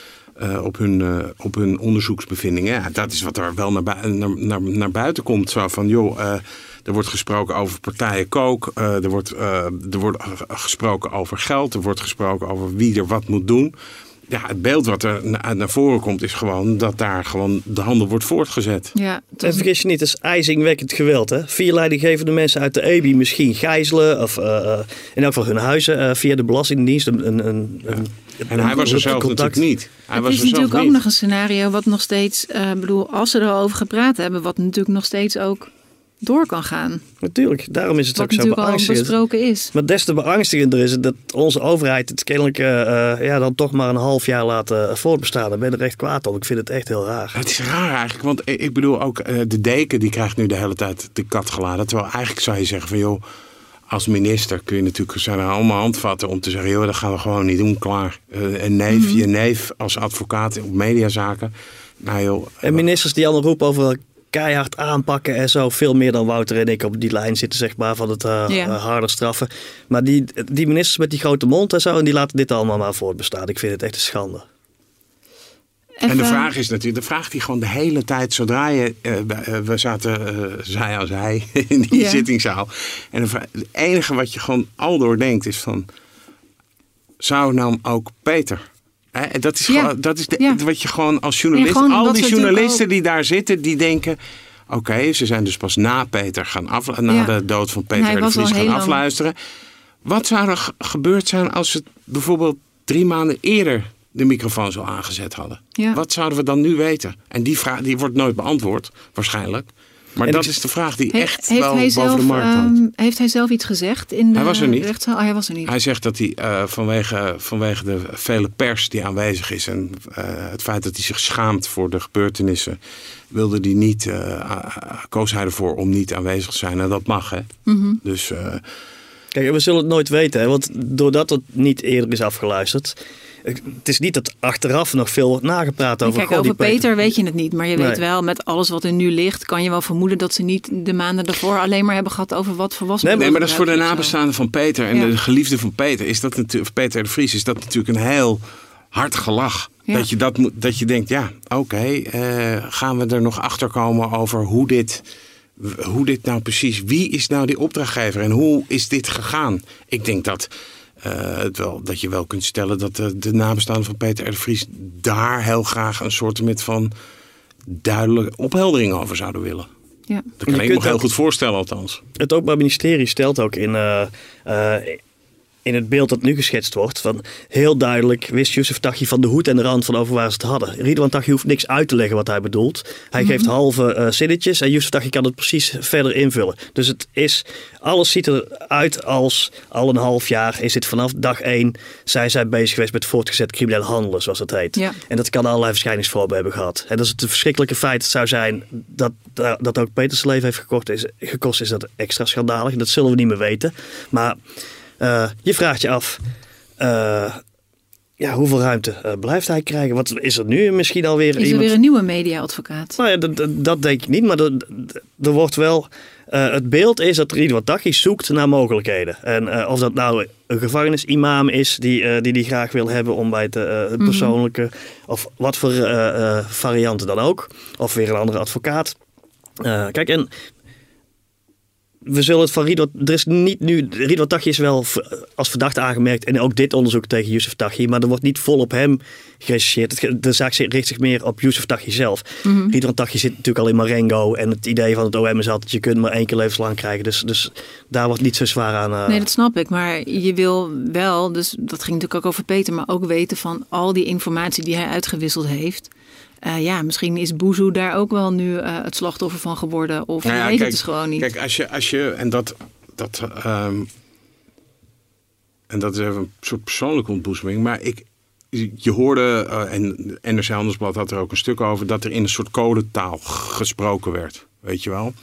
Uh, op, hun, uh, op hun onderzoeksbevindingen. Ja, dat is wat er wel naar, bu- naar, naar, naar buiten komt. Zo van, joh, uh, er wordt gesproken over partijen kook. Uh, er, wordt, uh, er wordt gesproken over geld. Er wordt gesproken over wie er wat moet doen. Ja, het beeld wat er na, naar voren komt is gewoon dat daar gewoon de handel wordt voortgezet. Ja, en vergis je niet, het is ijzingwekkend geweld. Hè? Vier leidinggevende mensen uit de E B I misschien gijzelen of uh, in elk geval hun huizen uh, via de Belastingdienst. Een, een, een, ja. En hij was er zelf contact. natuurlijk niet. Hij het was is er natuurlijk zelf ook niet. nog een scenario wat nog steeds, uh, bedoel, als ze erover gepraat hebben, wat natuurlijk nog steeds ook door kan gaan. Natuurlijk, daarom is het wat ook zo beangstigend. Wat natuurlijk al besproken is. Maar des te beangstigender is het dat onze overheid het kennelijk uh, ja, dan toch maar een half jaar laat uh, voortbestaan. Daar ben ik er echt kwaad op. Ik vind het echt heel raar. Het is raar eigenlijk, want ik bedoel ook uh, de deken die krijgt nu de hele tijd de kat geladen. Terwijl eigenlijk zou je zeggen van joh, als minister kun je natuurlijk, zijn er allemaal handvatten om te zeggen, joh, dat gaan we gewoon niet doen, klaar. Uh, een neef, mm-hmm. je neef als advocaat op mediazaken. Nou joh. En ministers die allemaal roepen over keihard aanpakken en zo. Veel meer dan Wouter en ik op die lijn zitten, zeg maar, van het uh, ja. uh, harder straffen. Maar die, die ministers met die grote mond en zo, en die laten dit allemaal maar voortbestaan. Ik vind het echt een schande. Even. En de vraag is natuurlijk, de vraag die gewoon de hele tijd, zodra je, uh, uh, we zaten, uh, zij als hij, in die ja. zittingszaal. En de vraag, het enige wat je gewoon al door denkt is van, zou nou ook Peter... He, dat is, ja. gewoon, dat is de, ja. wat je gewoon als journalist... Ja, gewoon, al die journalisten ook die daar zitten, die denken... Oké, okay, ze zijn dus pas na Peter gaan af, na ja. de dood van Peter de Vries gaan afluisteren. Lang. Wat zou er g- gebeurd zijn als ze bijvoorbeeld drie maanden eerder de microfoon zo aangezet hadden? Ja. Wat zouden we dan nu weten? En die vraag die wordt nooit beantwoord, waarschijnlijk. Maar en dat ik, is de vraag die He, echt heeft wel hij boven zelf, de markt hangt. um, heeft hij zelf iets gezegd in de Hij was er niet. rechtszaal? Oh, hij was er niet. Hij zegt dat hij uh, vanwege, vanwege de vele pers die aanwezig is en uh, het feit dat hij zich schaamt voor de gebeurtenissen, wilde hij niet, uh, koos hij ervoor om niet aanwezig te zijn. En dat mag, hè. Mm-hmm. Dus, uh, kijk, we zullen het nooit weten, hè, want doordat het niet eerder is afgeluisterd, het is niet dat achteraf nog veel wordt nagepraat over. Kijk, God, over Peter, Peter weet je het niet. Maar je nee. weet wel, met alles wat er nu ligt, kan je wel vermoeden dat ze niet de maanden daarvoor alleen maar hebben gehad over wat volwassen. Nee, nee, maar dat is voor de nabestaanden van Peter en ja. de geliefde van Peter. Is dat natuurlijk, Peter de Vries, is dat natuurlijk een heel hard gelach. Ja. Dat, je dat, moet, dat je denkt, ja, oké, okay, uh, gaan we er nog achter komen over hoe dit, hoe dit nou precies, wie is nou die opdrachtgever en hoe is dit gegaan? Ik denk dat. Uh, het wel, dat je wel kunt stellen dat de, de nabestaanden van Peter R. de Vries daar heel graag een soort van duidelijke opheldering over zouden willen. Ja. Dat kan je ik me heel goed voorstellen althans. Het Openbaar Ministerie stelt ook in, uh, uh, in het beeld dat nu geschetst wordt, van heel duidelijk wist Youssef Taghi van de hoed en de rand van over waar ze het hadden. Ridwan Taghi hoeft niks uit te leggen wat hij bedoelt. Hij mm-hmm. geeft halve uh, zinnetjes en Youssef Taghi kan het precies verder invullen. Dus het is, alles ziet eruit als al een half jaar is dit vanaf dag één zijn zij bezig geweest met voortgezet crimineel handelen, zoals dat heet. Ja. En dat kan allerlei verschijningsvormen hebben gehad. En dat is het verschrikkelijke feit zou zijn dat, dat ook Peters leven heeft gekost is, gekost, is dat extra schandalig. Dat zullen we niet meer weten. Maar Uh, je vraagt je af, uh, ja, hoeveel ruimte uh, blijft hij krijgen? Wat is er nu misschien alweer? Is er iemand... weer een nieuwe media-advocaat? Nou ja, d- d- dat denk ik niet, maar d- d- er wordt wel. Uh, het beeld is dat Ridwan Taghi zoekt naar mogelijkheden. En uh, of dat nou een gevangenisimam is die uh, die, die graag wil hebben om bij het, uh, het persoonlijke, mm-hmm. of wat voor uh, uh, varianten dan ook, of weer een andere advocaat. Uh, kijk, en we zullen het van Ridwan... Er is niet nu... Ridwan Taghi is wel als verdachte aangemerkt. En ook dit onderzoek tegen Youssef Taghi. Maar er wordt niet vol op hem gerechercheerd. De zaak richt zich meer op Youssef Taghi zelf. Mm-hmm. Ridwan Taghi zit natuurlijk al in Marengo. En het idee van het O M is altijd... je kunt maar één keer levenslang krijgen. Dus, dus daar wordt niet zo zwaar aan... Uh... Nee, dat snap ik. Maar je wil wel... Dus dat ging natuurlijk ook over Peter. Maar ook weten van al die informatie die hij uitgewisseld heeft... Uh, ja, misschien is Boezou daar ook wel nu uh, het slachtoffer van geworden. Of nou ja, je weet kijk, het dus gewoon niet. Kijk, als je, als je en dat, dat, um, en dat is even een soort persoonlijke ontboezeming. Maar ik, je hoorde, uh, en N R C Handelsblad had er ook een stuk over, dat er in een soort codetaal gesproken werd. Weet je wel?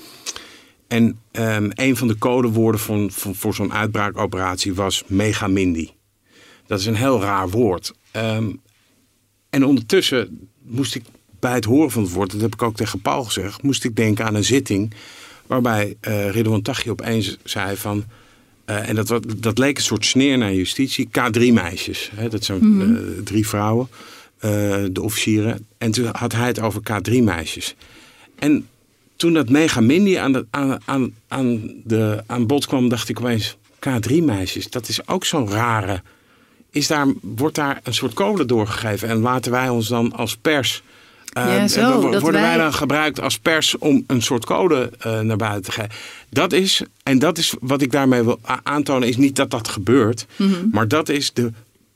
En um, een van de codewoorden van, van, voor zo'n uitbraakoperatie was megamindi. Dat is een heel raar woord. Um, en ondertussen moest ik bij het horen van het woord, dat heb ik ook tegen Paul gezegd, moest ik denken aan een zitting waarbij uh, Ridwan Taghi opeens zei van, uh, en dat, dat leek een soort sneer naar justitie, K drie meisjes. Hè, dat zijn mm-hmm. uh, drie vrouwen, uh, de officieren. En toen had hij het over K drie meisjes. En toen dat megamindi aan, de, aan, aan, aan, de, aan bod kwam, dacht ik opeens, K drie meisjes, dat is ook zo'n rare... Is daar, wordt daar een soort code doorgegeven en laten wij ons dan als pers... Uh, ja, zo, worden wij... wij dan gebruikt als pers om een soort code uh, naar buiten te geven? Dat is, en dat is wat ik daarmee wil aantonen, is niet dat dat gebeurt. Mm-hmm. Maar dat is de,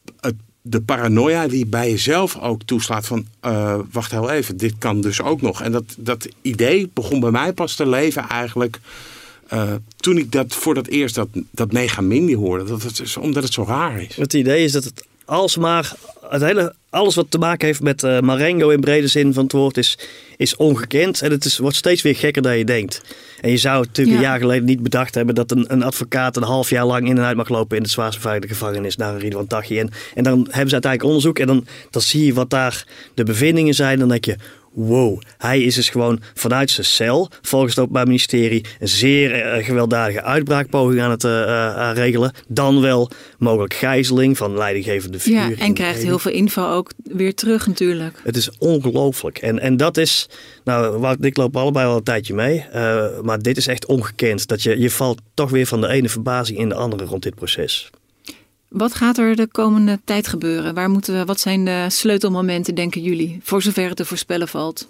de paranoia die bij jezelf ook toeslaat van... Uh, wacht heel even, dit kan dus ook nog. En dat, dat idee begon bij mij pas te leven eigenlijk... Uh, toen ik dat voor dat eerst dat, dat megamindi hoorde, dat het is, omdat het zo raar is. Het idee is dat het alsmaar, het hele, alles wat te maken heeft met uh, Marengo in brede zin van het woord is, is ongekend. En het is, wordt steeds weer gekker dan je denkt. En je zou natuurlijk ja. een jaar geleden niet bedacht hebben dat een, een advocaat een half jaar lang in en uit mag lopen in de zwaarst beveiligde gevangenis naar Ridwan Taghi. En, en dan hebben ze uiteindelijk onderzoek en dan, dan zie je wat daar de bevindingen zijn. Dan denk je... Wow, hij is dus gewoon vanuit zijn cel, volgens het Openbaar Ministerie, een zeer uh, gewelddadige uitbraakpoging aan het uh, uh, regelen. Dan wel mogelijk gijzeling van leidinggevende figuur. Ja, en krijgt heel veel info ook weer terug natuurlijk. Het is ongelooflijk. En, en dat is, nou, Wout en ik lopen allebei wel een tijdje mee. Uh, maar dit is echt ongekend. Dat je, je valt toch weer van de ene verbazing in de andere rond dit proces. Wat gaat er de komende tijd gebeuren? Waar moeten we, wat zijn de sleutelmomenten, denken jullie? Voor zover het te voorspellen valt.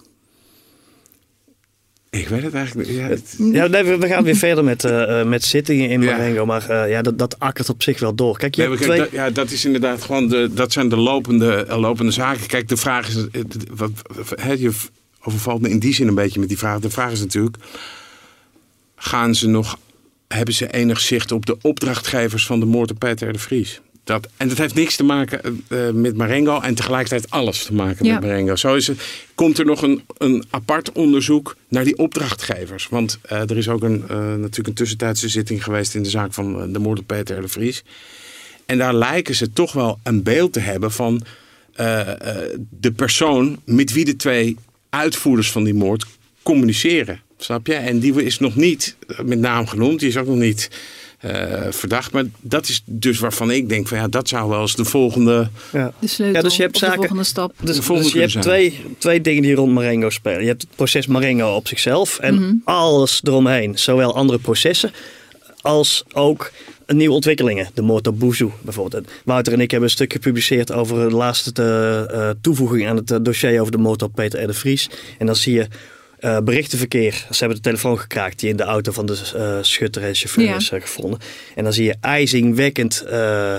Ik weet het eigenlijk niet. Ja, het... ja, nee, we gaan weer verder met, uh, met zittingen in Marengo. Ja. Maar uh, ja, dat, dat akkert op zich wel door. Kijk, je nee, hebt kijk, twee... dat, ja, dat is inderdaad gewoon de, dat zijn de lopende, lopende zaken. Kijk, de vraag is, wat, he, je, overvalt me in die zin een beetje met die vraag. De vraag is natuurlijk, gaan ze nog, hebben ze enig zicht op de opdrachtgevers van de moord op Peter R. de Vries? Dat, en dat heeft niks te maken uh, met Marengo en tegelijkertijd alles te maken ja. met Marengo. Zo is het, komt er nog een, een apart onderzoek naar die opdrachtgevers. Want uh, er is ook een, uh, natuurlijk een tussentijdse zitting geweest in de zaak van uh, de moord op Peter R. de Vries. En daar lijken ze toch wel een beeld te hebben van uh, uh, de persoon met wie de twee uitvoerders van die moord communiceren. Snap je? En die is nog niet met naam genoemd. Die is ook nog niet uh, verdacht. Maar dat is dus waarvan ik denk van ja, dat zou wel eens de volgende... Ja. De sleutel, ja, dus je hebt zaken, de volgende stap. Dus, dus je hebt twee, twee dingen die rond Marengo spelen. Je hebt het proces Marengo op zichzelf en mm-hmm. alles eromheen. Zowel andere processen als ook nieuwe ontwikkelingen. De moord op Bouzou bijvoorbeeld. Wouter en ik hebben een stuk gepubliceerd over de laatste uh, toevoeging aan het uh, dossier over de moord op Peter R. de Vries. En dan zie je uh, berichtenverkeer. Ze hebben de telefoon gekraakt die in de auto van de uh, schutter en chauffeur ja. is uh, gevonden. En dan zie je ijzingwekkend uh,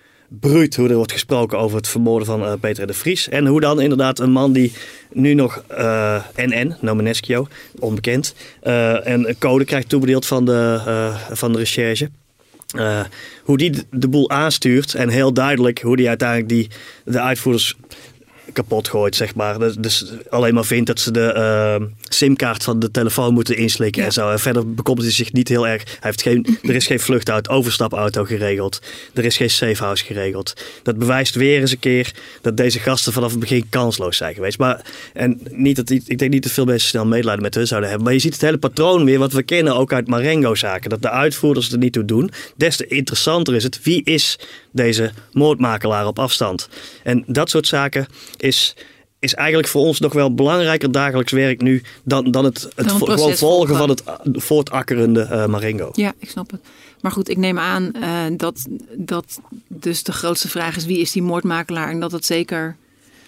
bruut hoe er wordt gesproken over het vermoorden van uh, Peter R. de Vries. En hoe dan inderdaad een man die nu nog uh, N N, Nomenescio, onbekend, uh, een code krijgt toebedeeld van de, uh, van de recherche. Uh, hoe die de boel aanstuurt en heel duidelijk hoe die uiteindelijk die, de uitvoerders kapot gooit, zeg maar. Dus, dus alleen maar vindt dat ze de uh, simkaart van de telefoon moeten inslikken ja. en zo. En verder bekomt hij zich niet heel erg. Hij heeft geen, er is geen vluchtauto, overstapauto geregeld. Er is geen safehouse geregeld. Dat bewijst weer eens een keer dat deze gasten vanaf het begin kansloos zijn geweest. Maar, en niet dat, ik denk niet dat veel mensen snel medelijden met hun zouden hebben. Maar je ziet het hele patroon weer wat we kennen ook uit Marengo-zaken. Dat de uitvoerders er niet toe doen. Des te interessanter is het, wie is deze moordmakelaar op afstand? En dat soort zaken is, is eigenlijk voor ons nog wel belangrijker dagelijks werk nu dan, dan het, het dan vo- gewoon volgen van het voortakkerende uh, Marengo. Ja, ik snap het. Maar goed, ik neem aan uh, dat, dat dus de grootste vraag is wie is die moordmakelaar en dat het zeker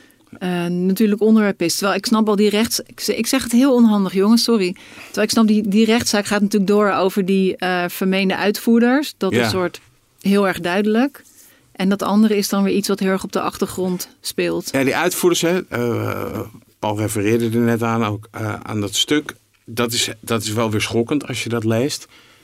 uh, natuurlijk onderwerp is. Terwijl ik snap al die rechts... Ik, ik zeg het heel onhandig, jongens, sorry. Terwijl ik snap die, die rechtszaak gaat natuurlijk door over die uh, vermeende uitvoerders. Dat ja. is een soort heel erg duidelijk. En dat andere is dan weer iets wat heel erg op de achtergrond speelt. Ja, die uitvoerders, hè, uh, Paul refereerde er net aan, ook uh, aan dat stuk. Dat is, dat is wel weer schokkend als je dat leest.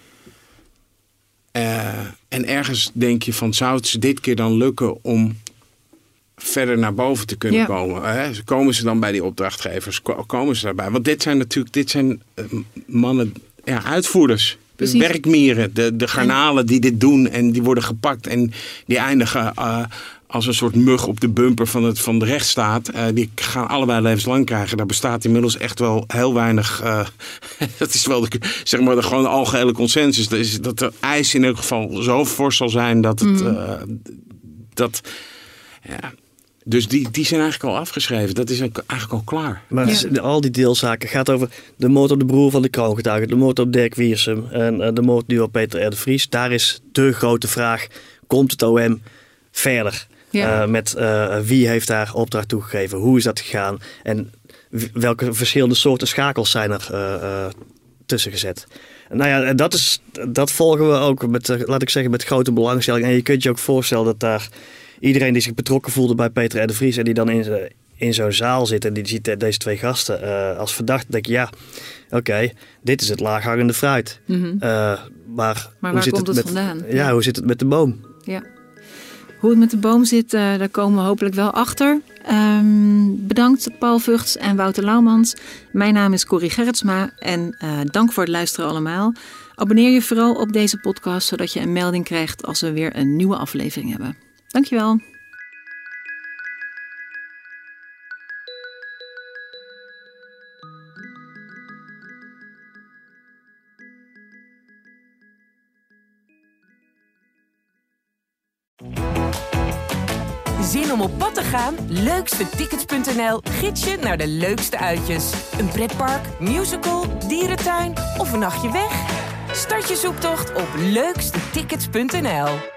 Uh, en ergens denk je van, zou het ze dit keer dan lukken om verder naar boven te kunnen ja. komen? Hè? Komen ze dan bij die opdrachtgevers? Komen ze daarbij? Want dit zijn natuurlijk, dit zijn uh, mannen, ja, uitvoerders. De Precies. werkmieren, de, de garnalen die dit doen en die worden gepakt en die eindigen uh, als een soort mug op de bumper van, het, van de rechtsstaat. Uh, die gaan allebei levenslang krijgen. Daar bestaat inmiddels echt wel heel weinig. Uh, dat is wel de, zeg maar de, gewoon de algehele consensus. Dat, is, dat de eis in elk geval zo fors zal zijn dat het. Mm. Uh, dat, ja. Dus die, die zijn eigenlijk al afgeschreven. Dat is eigenlijk al klaar. Maar ja. al die deelzaken gaat over de moord op de broer van de kroongetuige, de moord op Dirk Wiersum en uh, de moord nu op Peter R. de Vries. Daar is de grote vraag, komt het O M verder? Ja. Uh, met uh, wie heeft daar opdracht toegegeven? Hoe is dat gegaan? En w- welke verschillende soorten schakels zijn er uh, uh, tussen gezet? Nou ja, dat, is, dat volgen we ook met, uh, laat ik zeggen, met grote belangstelling. En je kunt je ook voorstellen dat daar iedereen die zich betrokken voelde bij Peter R. de Vries en die dan in, in zo'n zaal zit en die ziet deze twee gasten uh, als verdacht, denk je ja, oké, okay, dit is het laaghangende fruit. Mm-hmm. Uh, maar maar hoe waar zit komt het, het met, vandaan? Ja, ja, hoe zit het met de boom? Ja. Hoe het met de boom zit, uh, daar komen we hopelijk wel achter. Um, bedankt Paul Vugts en Wouter Laumans. Mijn naam is Corrie Gerritsma en uh, dank voor het luisteren allemaal. Abonneer je vooral op deze podcast, zodat je een melding krijgt als we weer een nieuwe aflevering hebben. Dankjewel. Zin om op pad te gaan? leukste tickets punt n l gids je naar de leukste uitjes. Een pretpark, musical, dierentuin of een nachtje weg? Start je zoektocht op leukste tickets punt n l.